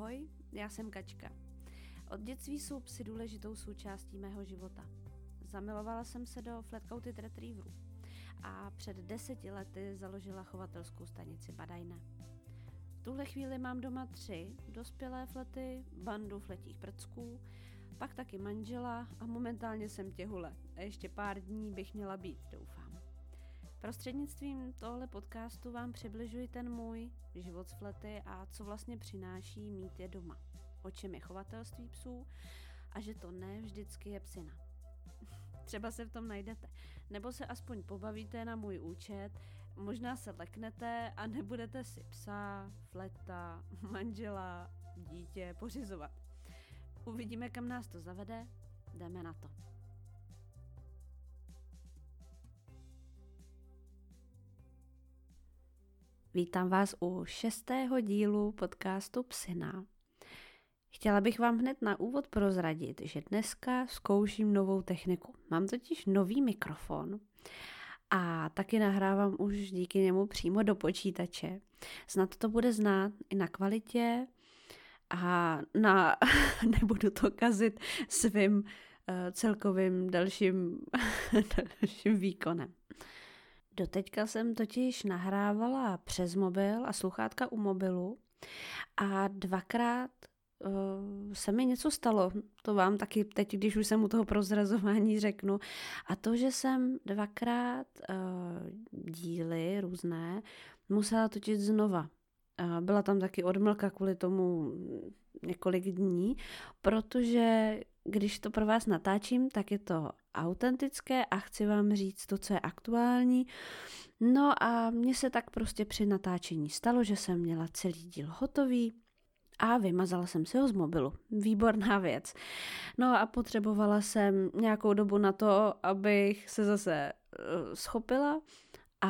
Ahoj, já jsem Kačka. Od dětství jsou psy důležitou součástí mého života. Zamilovala jsem se do flat-coated retrieverů a před 10 lety založila chovatelskou stanici Badajne. V tuhle chvíli mám doma 3 dospělé flety, bandu fletích prcků, pak taky manžela a momentálně jsem těhule a ještě pár dní bych měla být, doufám. Prostřednictvím tohle podcastu vám přibližuji ten můj život s flety a co vlastně přináší mít je doma. O čem je chovatelství psů a že to ne vždycky je psina. Třeba se v tom najdete, nebo se aspoň pobavíte na můj účet, možná se leknete a nebudete si psa, fleta, manžela, dítě pořizovat. Uvidíme, kam nás to zavede, jdeme na to. Vítám vás u 6. dílu podcastu Psina. Chtěla bych vám hned na úvod prozradit, že dneska zkouším novou techniku. Mám totiž nový mikrofon a taky nahrávám už díky němu přímo počítače. Snad to bude znát i na kvalitě a nebudu to kazit svým celkovým dalším výkonem. Doteďka jsem totiž nahrávala přes mobil a sluchátka u mobilu a 2krát se mi něco stalo. To vám taky teď, když už jsem u toho prozrazování, řeknu. A to, že jsem 2krát díly různé musela točit znova. Byla tam taky odmlka kvůli tomu několik dní, protože když to pro vás natáčím, tak je to autentické a chci vám říct to, co je aktuální. No a mně se tak prostě při natáčení stalo, že jsem měla celý díl hotový a vymazala jsem si ho z mobilu. Výborná věc. No a potřebovala jsem nějakou dobu na to, abych se zase schopila a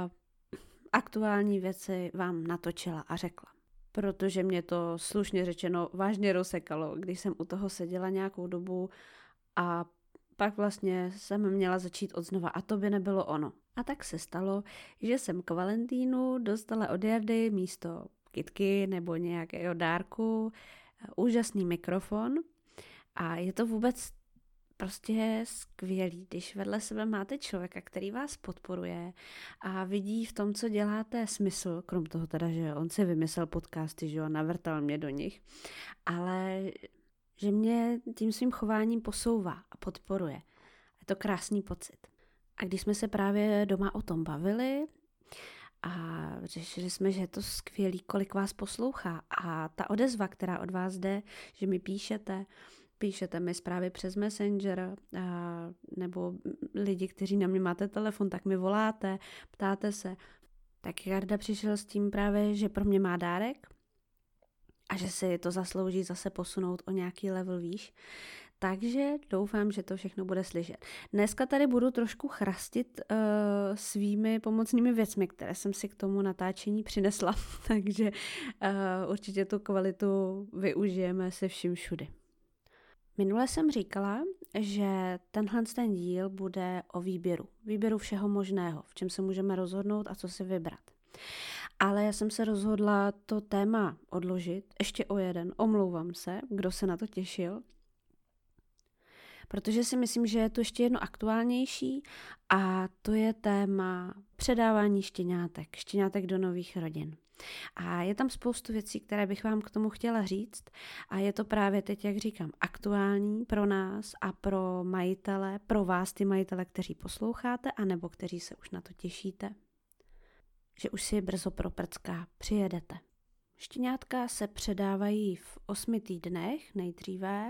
aktuální věci vám natočila a řekla. Protože mě to slušně řečeno vážně rozsekalo, když jsem u toho seděla nějakou dobu a pak vlastně jsem měla začít odznova a to by nebylo ono. A tak se stalo, že jsem k Valentínu dostala od Jardy místo kytky nebo nějakého dárku úžasný mikrofon a je to vůbec prostě skvělý, když vedle sebe máte člověka, který vás podporuje a vidí v tom, co děláte, smysl, krom toho teda, že on si vymyslel podcasty, že jo, navrtal mě do nich, ale že mě tím svým chováním posouvá a podporuje. Je to krásný pocit. A když jsme se právě doma o tom bavili a řešili jsme, že je to skvělý, kolik vás poslouchá a ta odezva, která od vás jde, že mi píšete mi zprávy přes Messenger nebo lidi, kteří na mě máte telefon, tak mi voláte, ptáte se. Tak Jarda přišel s tím právě, že pro mě má dárek a že si to zaslouží zase posunout o nějaký level výš. Takže doufám, že to všechno bude slyšet. Dneska tady budu trošku chrastit svými pomocnými věcmi, které jsem si k tomu natáčení přinesla. Takže určitě tu kvalitu využijeme se vším všudy. Minule jsem říkala, že tenhle díl bude o výběru všeho možného, v čem se můžeme rozhodnout a co si vybrat. Ale já jsem se rozhodla to téma odložit, ještě o jeden, omlouvám se, kdo se na to těšil, protože si myslím, že je to ještě jedno aktuálnější a to je téma předávání štěňátek do nových rodin. A je tam spoustu věcí, které bych vám k tomu chtěla říct a je to právě teď, jak říkám, aktuální pro nás a pro majitele, pro vás ty majitele, kteří posloucháte anebo kteří se už na to těšíte, že už si brzo pro prcka přijedete. Štěňátka se předávají v 8 týdnech nejdříve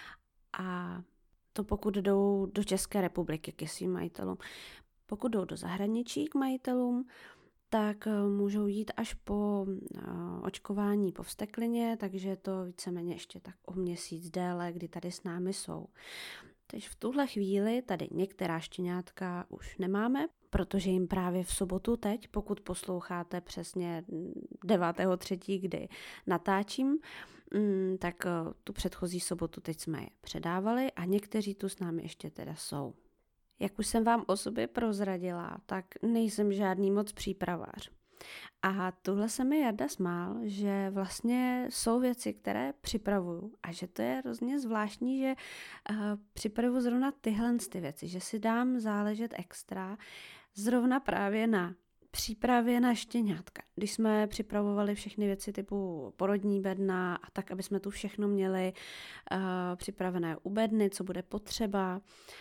a to pokud jdou do České republiky ke svým majitelům. Pokud jdou do zahraničí k majitelům, tak můžou jít až po očkování po vzteklině, takže je to víceméně ještě tak o měsíc déle, kdy tady s námi jsou. Takže v tuhle chvíli tady některá štěňátka už nemáme, protože jim právě v sobotu teď, pokud posloucháte přesně 9.3., kdy natáčím, tak tu předchozí sobotu teď jsme je předávali a někteří tu s námi ještě teda jsou. Jak už jsem vám o sobě prozradila, tak nejsem žádný moc přípravář. A tuhle se mi Jarda smál, že vlastně jsou věci, které připravuju a že to je hrozně zvláštní, že připravuju zrovna tyhle ty věci, že si dám záležet extra zrovna právě na přípravě na štěňátka. Když jsme připravovali všechny věci typu porodní bedna a tak, aby jsme tu všechno měli připravené u bedny, co bude potřeba,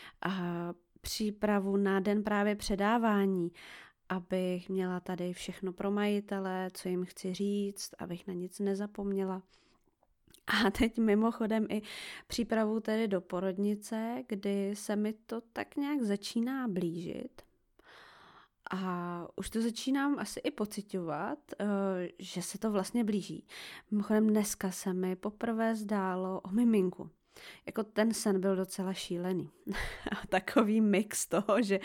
přípravu na den právě předávání, abych měla tady všechno pro majitele, co jim chci říct, abych na nic nezapomněla. A teď mimochodem i přípravu tedy do porodnice, kdy se mi to tak nějak začíná blížit. A už to začínám asi i pociťovat, že se to vlastně blíží. Mimochodem dneska se mi poprvé zdálo o miminku. Jako ten sen byl docela šílený. Takový mix toho, že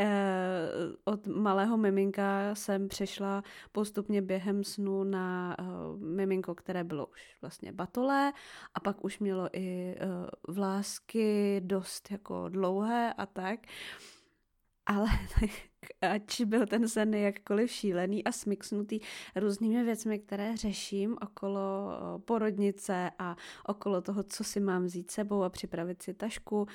od malého miminka jsem přešla postupně během snu na miminko, které bylo už vlastně batolé a pak už mělo i vlásky dost jako dlouhé a tak. Ale ať byl ten sen jakkoliv šílený a smixnutý různými věcmi, které řeším okolo porodnice a okolo toho, co si mám vzít sebou a připravit si tašku,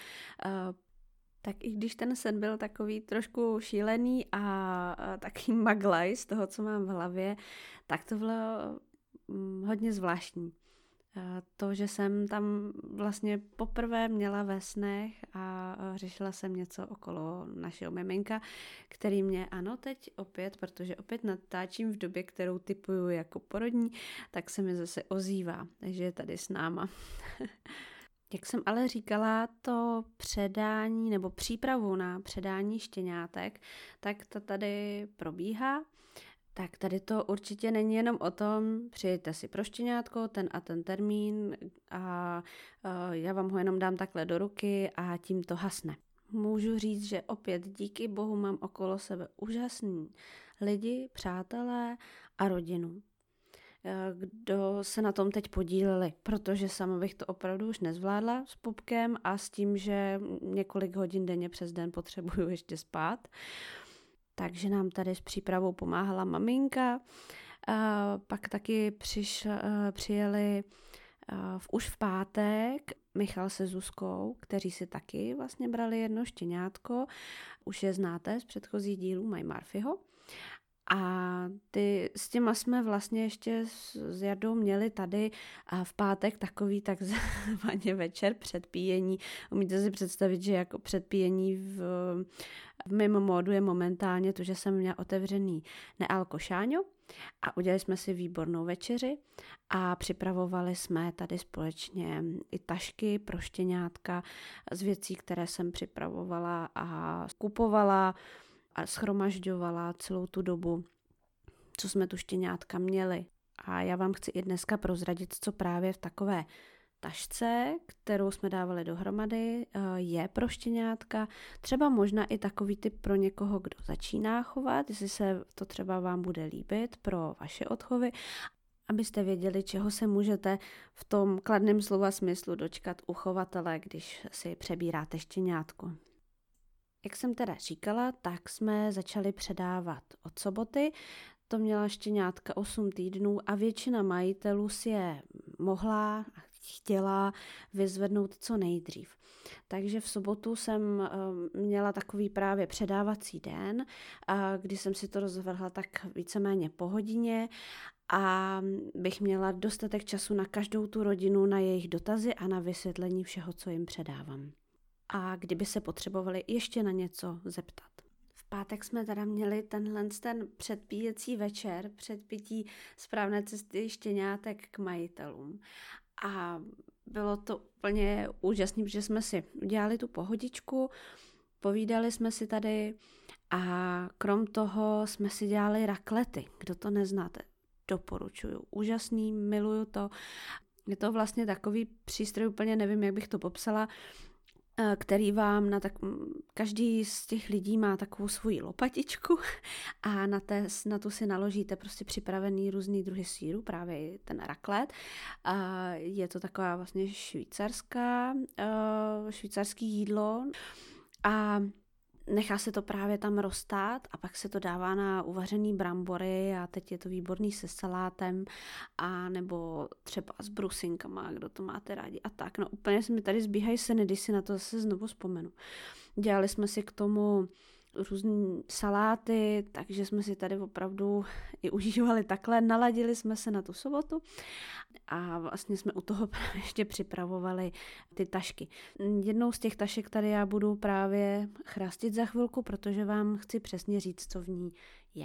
tak i když ten sen byl takový trošku šílený a taky maglaj z toho, co mám v hlavě, tak to bylo hodně zvláštní. To, že jsem tam vlastně poprvé měla ve snech a řešila jsem něco okolo našeho miminka, který mě, ano, teď opět, protože opět natáčím v době, kterou typuju jako porodní, tak se mi zase ozývá, takže je tady s náma. Jak jsem ale říkala, to předání nebo přípravu na předání štěňátek, tak to tady probíhá. Tak tady to určitě není jenom o tom, přijďte si pro štěňátko, ten a ten termín a já vám ho jenom dám takhle do ruky a tím to hasne. Můžu říct, že opět díky Bohu mám okolo sebe úžasný lidi, přátelé a rodinu, kdo se na tom teď podíleli, protože sama bych to opravdu už nezvládla s pupkem a s tím, že několik hodin denně přes den potřebuju ještě spát. Takže nám tady s přípravou pomáhala maminka, pak taky přijeli už v pátek Michal se Zuzkou, kteří si taky vlastně brali jedno štěňátko, už je znáte z předchozích dílů, mají Murphyho. A s těma jsme vlastně ještě s Jardou měli tady v pátek takový takzvaně večer předpíjení. Umíte si představit, že jako předpíjení v mém módu je momentálně to, že jsem měla otevřený nealko šáňo a udělali jsme si výbornou večeři a připravovali jsme tady společně i tašky pro štěňátka z věcí, které jsem připravovala a kupovala a shromažďovala celou tu dobu, co jsme tu štěňátka měli. A já vám chci i dneska prozradit, co právě v takové tašce, kterou jsme dávali dohromady, je pro štěňátka. Třeba možná i takový typ pro někoho, kdo začíná chovat, jestli se to třeba vám bude líbit pro vaše odchovy, abyste věděli, čeho se můžete v tom kladném slova smyslu dočkat u chovatele, když si přebíráte štěňátko. Jak jsem teda říkala, tak jsme začali předávat od soboty. To měla štěňátka 8 týdnů a většina majitelů si je mohla a chtěla vyzvednout co nejdřív. Takže v sobotu jsem měla takový právě předávací den, kdy jsem si to rozvrhla tak víceméně po hodině a bych měla dostatek času na každou tu rodinu, na jejich dotazy a na vysvětlení všeho, co jim předávám. A kdyby se potřebovali ještě na něco zeptat. V pátek jsme teda měli ten předpíjecí večer, předpití správné cesty štěňátek k majitelům. A bylo to úplně úžasné, protože jsme si udělali tu pohodičku, povídali jsme si tady a krom toho jsme si dělali raklety. Kdo to neznáte, doporučuju. Úžasný, miluju to. Je to vlastně takový přístroj, úplně nevím, jak bych to popsala, který vám každý z těch lidí má takovou svoji lopatičku a na tu si naložíte prostě připravený různý druhy sýru, právě ten raclette. Je to taková vlastně švýcarský jídlo a nechá se to právě tam roztát a pak se to dává na uvařený brambory a teď je to výborný se salátem a nebo třeba s brusinkama, kdo to máte rádi a tak. No úplně se mi tady zbíhají sny, když si na to zase znovu vzpomenu. Dělali jsme si k tomu různý saláty, takže jsme si tady opravdu i užívali takhle, naladili jsme se na tu sobotu a vlastně jsme u toho právě ještě připravovali ty tašky. Jednou z těch tašek tady já budu právě chrástit za chvilku, protože vám chci přesně říct, co v ní je.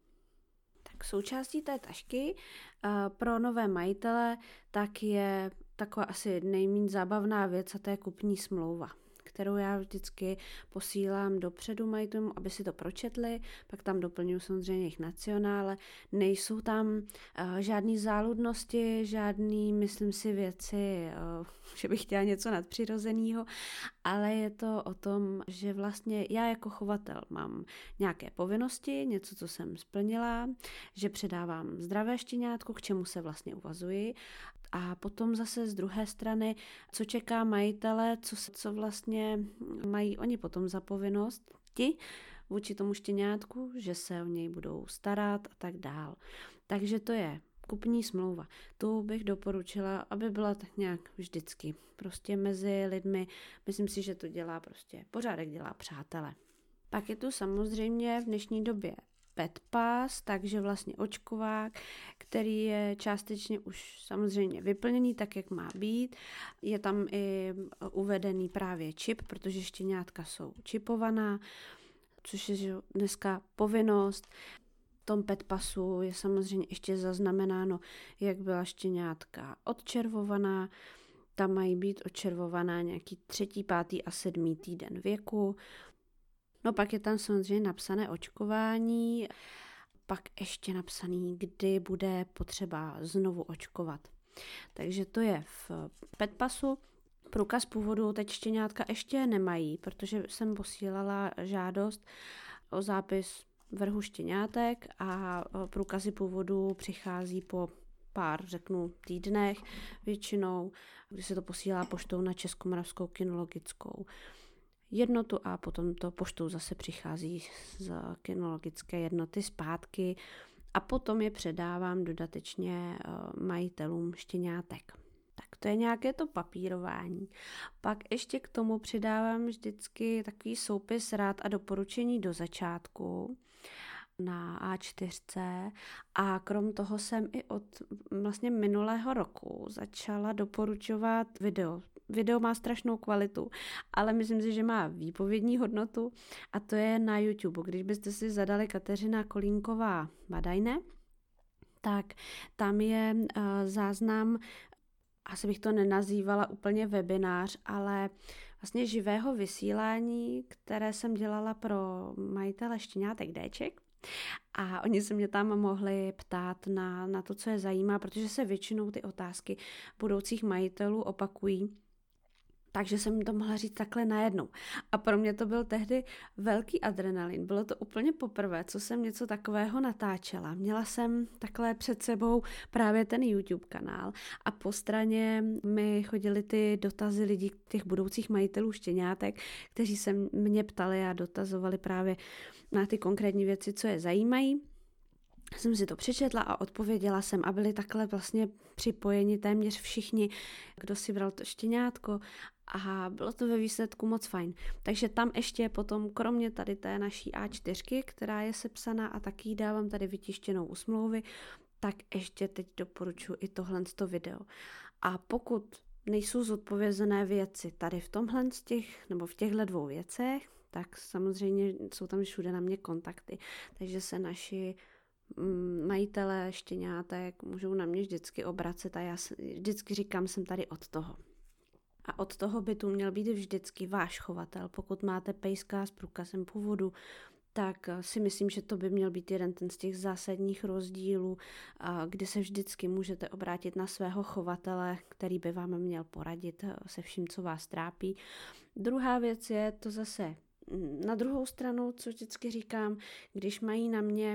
Tak součástí té tašky pro nové majitele tak je taková asi nejméně zábavná věc a to je kupní smlouva, kterou já vždycky posílám dopředu majitelům, aby si to pročetli, pak tam doplňuji samozřejmě jejich nacionále. Nejsou tam žádný záludnosti, žádný, myslím si, věci, že bych chtěla něco nadpřirozeného, ale je to o tom, že vlastně já jako chovatel mám nějaké povinnosti, něco, co jsem splnila, že předávám zdravé štěňátko, k čemu se uvazuji. A potom zase z druhé strany, co čeká majitele, co vlastně mají oni potom za povinnost, ti vůči tomu štěňátku, že se o něj budou starat a tak dál. Takže to je kupní smlouva. Tu bych doporučila, aby byla tak nějak vždycky. Prostě mezi lidmi, myslím si, že to dělá prostě pořádek, dělá přátele. Pak je tu samozřejmě v dnešní době Pet Pass, takže vlastně očkovák, který je částečně už samozřejmě vyplněný tak, jak má být. Je tam i uvedený právě čip, protože štěňátka jsou čipovaná, což je dneska povinnost. V tom Pet Passu je samozřejmě ještě zaznamenáno, jak byla štěňátka odčervovaná. Tam mají být odčervovaná nějaký 3., 5. a 7. týden věku. No pak je tam samozřejmě napsané očkování, pak ještě napsaný, kdy bude potřeba znovu očkovat. Takže to je v Pet Passu. Průkaz původu teď štěňátka ještě nemají, protože jsem posílala žádost o zápis vrhu štěňátek a průkazy původu přichází po pár, týdnech většinou, kdy se to posílá poštou na Českomoravskou kynologickou jednotu a potom to poštou zase přichází z kynologické jednoty zpátky a potom je předávám dodatečně majitelům štěňátek. Tak to je nějaké to papírování. Pak ještě k tomu přidávám vždycky takový soupis rád a doporučení do začátku na A4 a krom toho jsem i od vlastně minulého roku začala doporučovat video. Video má strašnou kvalitu, ale myslím si, že má výpovědní hodnotu a to je na YouTube. Když byste si zadali Kateřina Kolínková Badajne, tak tam je záznam, asi bych to nenazývala úplně webinář, ale vlastně živého vysílání, které jsem dělala pro majitele štěňátek Déček. A oni se mě tam mohli ptát na to, co je zajímá, protože se většinou ty otázky budoucích majitelů opakují. Takže jsem jim to mohla říct takhle najednou. A pro mě to byl tehdy velký adrenalin. Bylo to úplně poprvé, co jsem něco takového natáčela. Měla jsem takhle před sebou právě ten YouTube kanál a po straně mi chodily ty dotazy lidí, těch budoucích majitelů štěňátek, kteří se mě ptali a dotazovali právě na ty konkrétní věci, co je zajímají. Jsem si to přečetla a odpověděla jsem a byli takhle vlastně připojeni téměř všichni, kdo si bral to štěňátko a bylo to ve výsledku moc fajn. Takže tam ještě potom, kromě tady té naší A4, která je sepsaná a taky dávám tady vytištěnou u smlouvy, tak ještě teď doporučuji i tohleto video. A pokud nejsou zodpovězené věci tady v tomhle nebo v těchto 2 věcech, tak samozřejmě jsou tam všude na mě kontakty. Takže se naši majitelé štěňátek můžou na mě vždycky obracet a já vždycky říkám, jsem tady od toho. A od toho by tu měl být vždycky váš chovatel. Pokud máte pejska s průkazem původu, tak si myslím, že to by měl být jeden z těch zásadních rozdílů, kdy se vždycky můžete obrátit na svého chovatele, který by vám měl poradit se vším, co vás trápí. Druhá věc je to zase na druhou stranu, co vždycky říkám, když mají na mě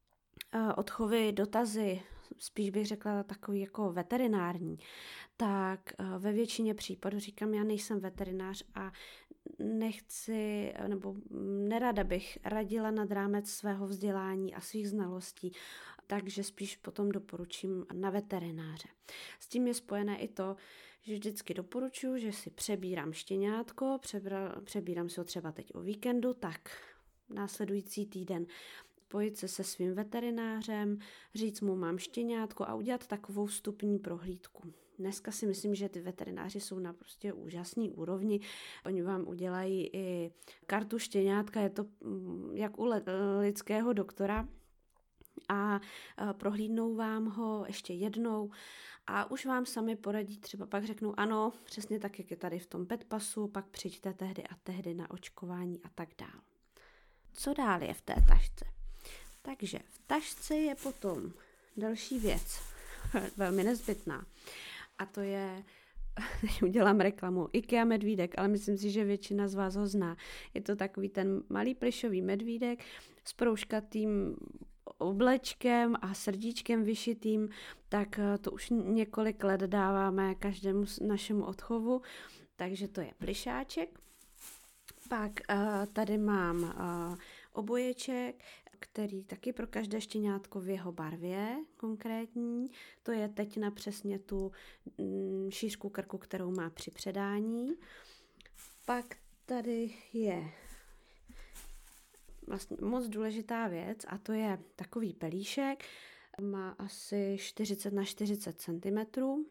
odchovy, dotazy, spíš bych řekla takový jako veterinární, tak ve většině případů říkám, já nejsem veterinář a nechci, nebo nerada bych radila nad rámec svého vzdělání a svých znalostí, takže spíš potom doporučím na veterináře. S tím je spojené i to, že vždycky doporučuji, že si přebírám štěňátko, přebírám si ho třeba teď o víkendu, tak následující týden spojit se svým veterinářem, říct mu mám štěňátko a udělat takovou vstupní prohlídku. Dneska si myslím, že ty veterináři jsou na prostě úžasný úrovni. Oni vám udělají i kartu štěňátka, je to jak u lidského doktora, a prohlídnou vám ho ještě jednou a už vám sami poradí, třeba pak řeknou ano, přesně tak, jak je tady v tom petpasu, pak přijďte tehdy a tehdy na očkování a tak dál. Co dál je v té tašce? Takže v tašce je potom další věc, velmi nezbytná, a to je, teď udělám reklamu, IKEA medvídek, ale myslím si, že většina z vás ho zná. Je to takový ten malý plyšový medvídek s proužkatým oblečkem a srdíčkem vyšitým, tak to už několik let dáváme každému našemu odchovu, takže to je plyšáček. Pak tady mám oboječek, který taky pro každé štěňátko v jeho barvě konkrétní. To je teď na přesně tu šířku krku, kterou má při předání. Pak tady je vlastně moc důležitá věc a to je takový pelíšek. Má asi 40 na 40 cm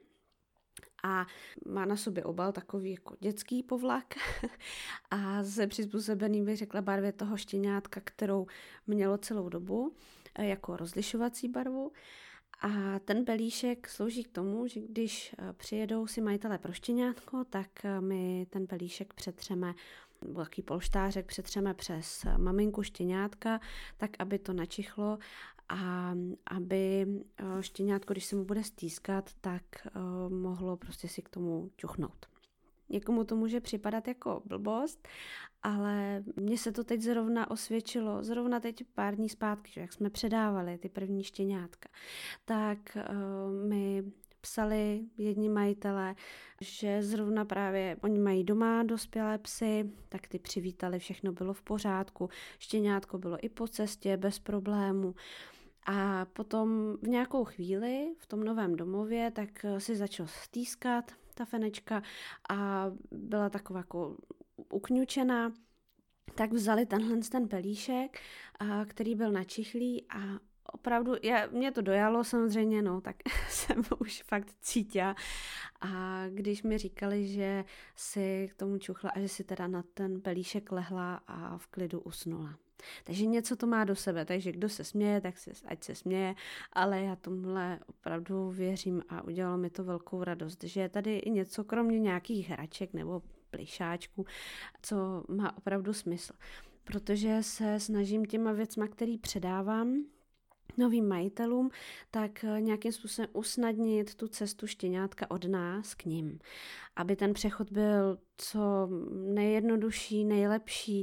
a má na sobě obal takový jako dětský povlak a se přizpůsobeným, bych řekla, barvě toho štěňátka, kterou mělo celou dobu, jako rozlišovací barvu. A ten pelíšek slouží k tomu, že když přijedou si majitelé pro štěňátko, tak my ten pelíšek přetřeme, nebo takový polštářek přetřeme přes maminku štěňátka, tak aby to načichlo a aby štěňátko, když se mu bude stýskat, tak mohlo prostě si k tomu ťuchnout. Někomu to může připadat jako blbost, ale mně se to teď zrovna osvědčilo, zrovna teď pár dní zpátky, že jak jsme předávali ty první štěňátka, tak mi psali jedni majitelé, že zrovna právě oni mají doma dospělé psy, tak ty přivítali, všechno bylo v pořádku, štěňátko bylo i po cestě bez problému. A potom v nějakou chvíli v tom novém domově tak si začal stýskat ta fenečka a byla taková jako ukňučená, tak vzali ten pelíšek, který byl načichlý a opravdu, mě to dojalo samozřejmě, no, tak jsem už fakt cítila a když mi říkali, že si k tomu čuchla a že si teda na ten pelíšek lehla a v klidu usnula. Takže něco to má do sebe, takže kdo se směje, tak ať se směje, ale já tomuhle opravdu věřím a udělalo mi to velkou radost, že je tady i něco kromě nějakých hraček nebo plyšáčků, co má opravdu smysl, protože se snažím těma věcma, který předávám novým majitelům, tak nějakým způsobem usnadnit tu cestu štěňátka od nás k nim, aby ten přechod byl co nejjednodušší, nejlepší,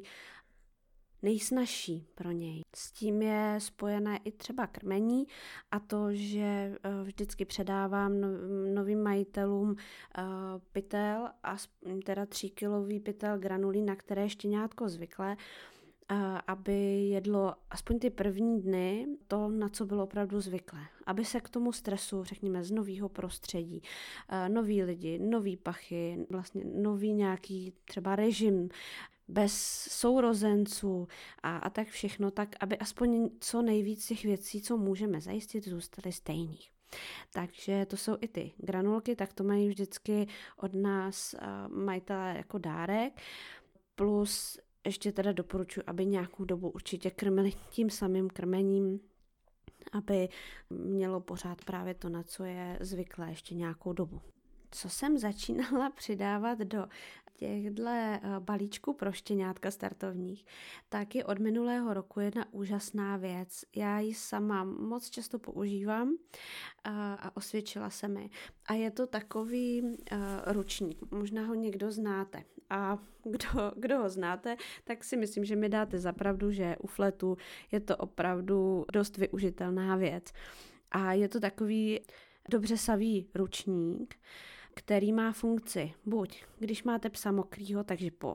nejsnažší pro něj. S tím je spojené i třeba krmení a to, že vždycky předávám novým majitelům pytel a teda 3kilový pytel granulí, na které štěňátko zvyklé, aby jedlo aspoň ty první dny to, na co bylo opravdu zvyklé. Aby se k tomu stresu, řekněme, z nového prostředí, noví lidi, nový pachy, vlastně nový nějaký třeba režim, bez sourozenců a tak všechno, tak aby aspoň co nejvíc těch věcí, co můžeme zajistit, zůstaly stejných. Takže to jsou i ty granulky, tak to mají vždycky od nás majitelé jako dárek, plus ještě teda doporučuji, aby nějakou dobu určitě krmili tím samým krmením, aby mělo pořád právě to, na co je zvyklé ještě nějakou dobu. Co jsem začínala přidávat do těchto balíčků pro štěňátka startovních, tak je od minulého roku jedna úžasná věc. Já ji sama moc často používám a osvědčila se mi. A je to takový ručník, možná ho někdo znáte. A kdo ho znáte, tak si myslím, že mi dáte za pravdu, že u fletu je to opravdu dost využitelná věc. A je to takový dobře savý ručník, který má funkci buď, když máte psa mokrýho, takže po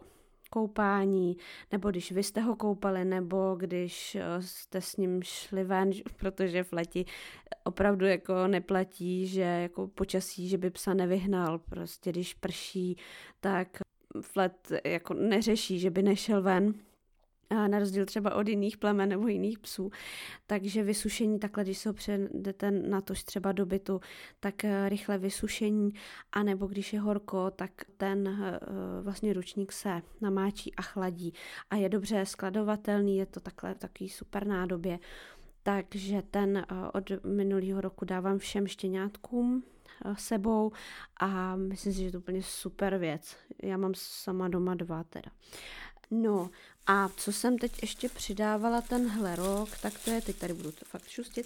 koupání, nebo když vy jste ho koupali, nebo když jste s ním šli ven, protože v leti opravdu jako neplatí, že jako počasí, že by psa nevyhnal. Prostě když prší, tak Flet jako neřeší, že by nešel ven. A na rozdíl třeba od jiných plemen nebo jiných psů. Takže vysušení takhle, když se ho předete natož třeba do bytu, tak rychle vysušení, anebo když je horko, tak ten vlastně ručník se namáčí a chladí a je dobře skladovatelný, je to takhle takový super nádobě. Takže ten od minulého roku dávám všem štěňátkům sebou a myslím si, že to je úplně super věc. Já mám sama doma 2 teda. No a co jsem teď ještě přidávala tenhle rok, tak to je, teď tady budu to fakt šustit,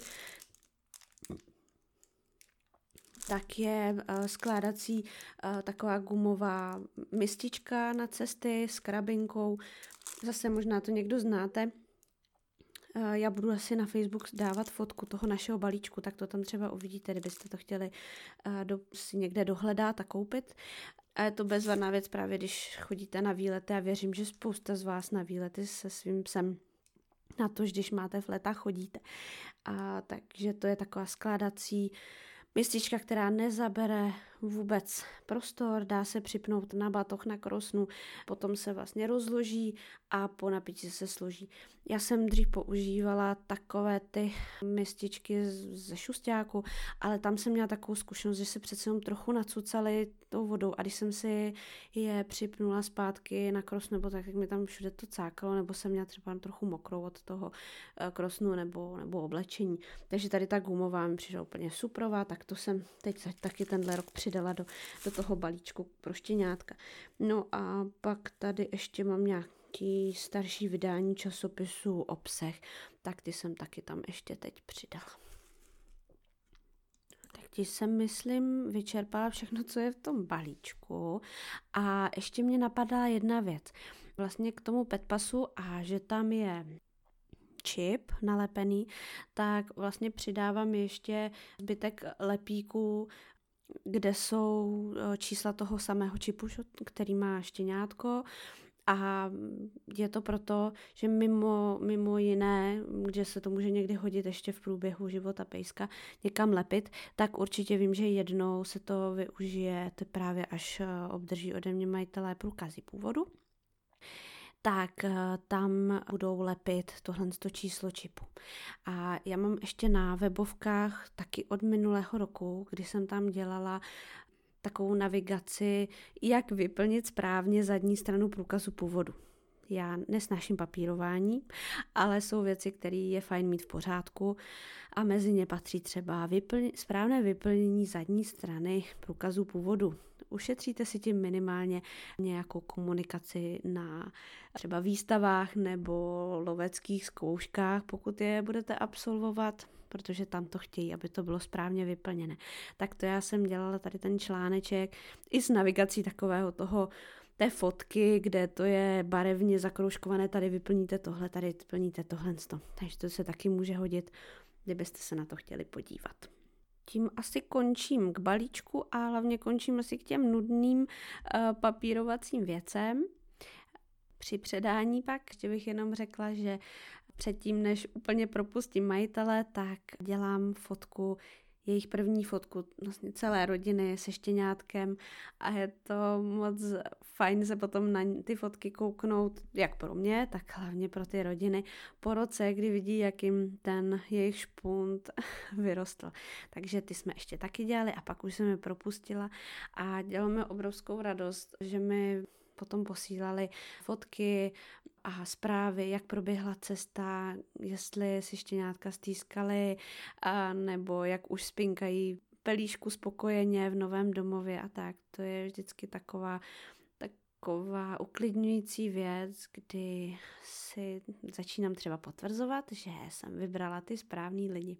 tak je skládací taková gumová mistička na cesty s krabinkou. Zase možná to někdo znáte. Já budu asi na Facebook dávat fotku toho našeho balíčku, tak to tam třeba uvidíte, kdybyste to chtěli si někde dohledat a koupit. A je to bezvadná věc právě, když chodíte na výlety a věřím, že spousta z vás na výlety se svým psem na to, když máte v letách chodíte. Takže to je taková skládací mistička, která nezabere vůbec prostor, dá se připnout na batoh, na krosnu, potom se vlastně rozloží a po napití se složí. Já jsem dřív používala takové ty mističky ze šustáku, ale tam jsem měla takovou zkušenost, že se přece jenom trochu nacucaly tou vodou a když jsem si je připnula zpátky na krosnu, nebo tak mi tam všude to cákalo, nebo jsem měla třeba trochu mokrou od toho krosnu nebo oblečení. Takže tady ta gumová mi přišla úplně suprová, tak to jsem teď taky tenhle rok přidala do toho balíčku pro štěňátka. No a pak tady ještě mám nějaký starší vydání časopisů o psech, tak ty jsem taky tam ještě teď přidala. Tak ti jsem, myslím, vyčerpala všechno, co je v tom balíčku a ještě mě napadá jedna věc. Vlastně k tomu petpasu a že tam je čip nalepený, tak vlastně přidávám ještě zbytek lepíků, kde jsou čísla toho samého čipu, který má štěňátko. A je to proto, že mimo jiné, kde se to může někdy hodit ještě v průběhu života pejska, někam lepit, tak určitě vím, že jednou se to využije právě až obdrží ode mě majitelé průkazy původu. Tak tam budou lepit tohle číslo čipu. A já mám ještě na webovkách taky od minulého roku, kdy jsem tam dělala takovou navigaci, jak vyplnit správně zadní stranu průkazu původu. Já nesnáším papírování, ale jsou věci, které je fajn mít v pořádku a mezi ně patří třeba správné vyplnění zadní strany průkazu původu. Ušetříte si tím minimálně nějakou komunikaci na třeba výstavách nebo loveckých zkouškách, pokud je budete absolvovat, protože tam to chtějí, aby to bylo správně vyplněné. Tak to já jsem dělala tady ten článeček i s navigací takového té fotky, kde to je barevně zakroužkované, tady vyplníte tohle, tady vyplníte tohle. Takže to se taky může hodit, kdybyste se na to chtěli podívat. Tím asi končím k balíčku a hlavně končím asi k těm nudným papírovacím věcem. Při předání pak ještě bych jenom řekla, že předtím, než úplně propustím majitele, tak dělám jejich první fotku vlastně celé rodiny se štěňátkem a je to moc fajn se potom na ty fotky kouknout, jak pro mě, tak hlavně pro ty rodiny po roce, kdy vidí, jak jim ten jejich špunt vyrostl. Takže ty jsme ještě taky dělali a pak už jsem je propustila a dělalo mi obrovskou radost, že mi potom posílali fotky a zprávy, jak proběhla cesta, jestli si štěňátka stýskali, nebo jak už spinkají pelíšku spokojeně v novém domově a tak. To je vždycky taková uklidňující věc, kdy si začínám třeba potvrzovat, že jsem vybrala ty správný lidi.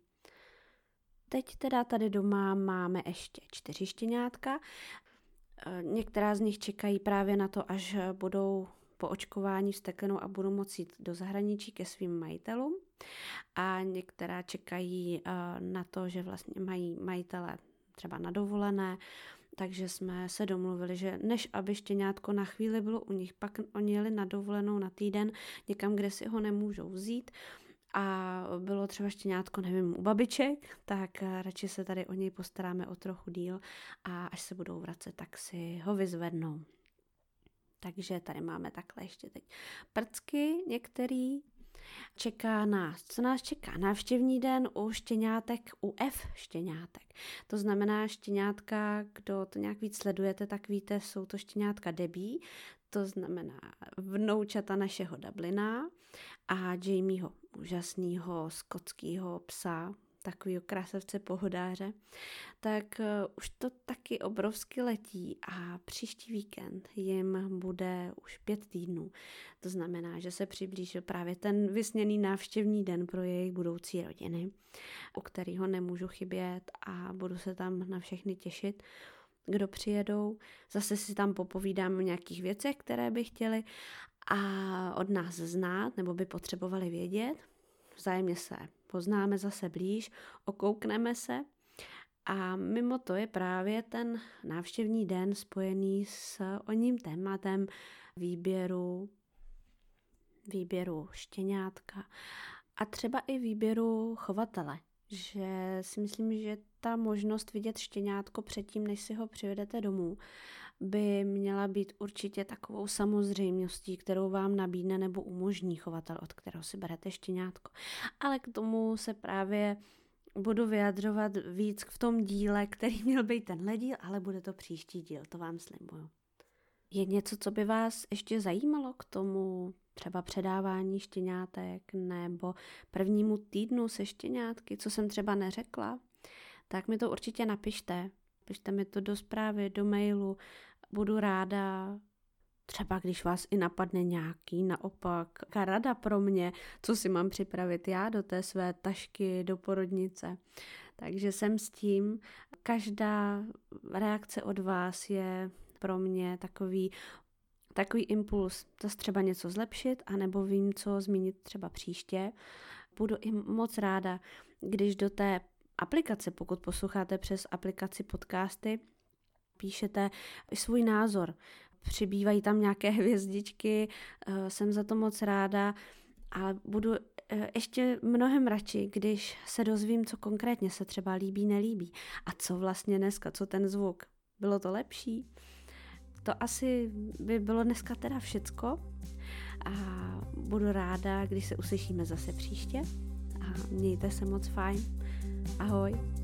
Teď teda tady doma máme ještě 4 štěňátka. Některá z nich čekají právě na to, až budou po očkování vsteklenou a budou moci jít do zahraničí ke svým majitelům. A některá čekají na to, že vlastně mají majitele třeba na dovolené, Takže jsme se domluvili, že než aby štěňátko na chvíli bylo u nich, pak oni jeli na dovolenou na týden někam, kde si ho nemůžou vzít a bylo třeba štěňátko, nevím, u babiček, tak radši se tady o něj postaráme o trochu díl a až se budou vracet, tak si ho vyzvednou. Takže tady máme takhle ještě teď prcky některý. Co nás čeká? Návštěvní den u štěňátek, u F štěňátek. To znamená štěňátka, kdo to nějak víc sledujete, tak víte, jsou to štěňátka Debbie, to znamená vnoučata našeho Dublina a Jamieho, úžasného skotského psa, takovýho krásavce pohodáře, tak už to taky obrovsky letí a příští víkend jim bude už 5 týdnů. To znamená, že se přiblížil právě ten vysněný návštěvní den pro jejich budoucí rodiny, u kterého nemůžu chybět a budu se tam na všechny těšit, kdo přijedou. Zase si tam popovídáme o nějakých věcech, které by chtěli a od nás znát nebo by potřebovali vědět. Vzájemně se poznáme zase blíž, okoukneme se a mimo to je právě ten návštěvní den spojený s oním tématem výběru štěňátka a třeba i výběru chovatele. Že si myslím, že ta možnost vidět štěňátko předtím, než si ho přivedete domů, by měla být určitě takovou samozřejmostí, kterou vám nabídne nebo umožní chovatel, od kterého si berete štěňátko. Ale k tomu se právě budu vyjadřovat víc v tom díle, který měl být tenhle díl, ale bude to příští díl, to vám slibuju. Je něco, co by vás ještě zajímalo k tomu třeba předávání štěňátek nebo prvnímu týdnu se štěňátky, co jsem třeba neřekla, tak mi to určitě napište. Pište mi to do zprávy, do mailu. Budu ráda, třeba když vás i napadne nějaký naopak rada pro mě, co si mám připravit já do té své tašky, do porodnice. Takže jsem s tím. Každá reakce od vás je pro mě takový impuls, zase třeba něco zlepšit, anebo vím, co zmínit třeba příště. Budu i moc ráda, když do té aplikace, pokud posloucháte přes aplikaci podcasty, píšete svůj názor. Přibývají tam nějaké hvězdičky, jsem za to moc ráda, ale budu ještě mnohem radši, když se dozvím, co konkrétně se třeba líbí, nelíbí. A co vlastně dneska, co ten zvuk. Bylo to lepší? To asi by bylo dneska teda všecko a budu ráda, když se uslyšíme zase příště a mějte se moc fajn. Ahoj.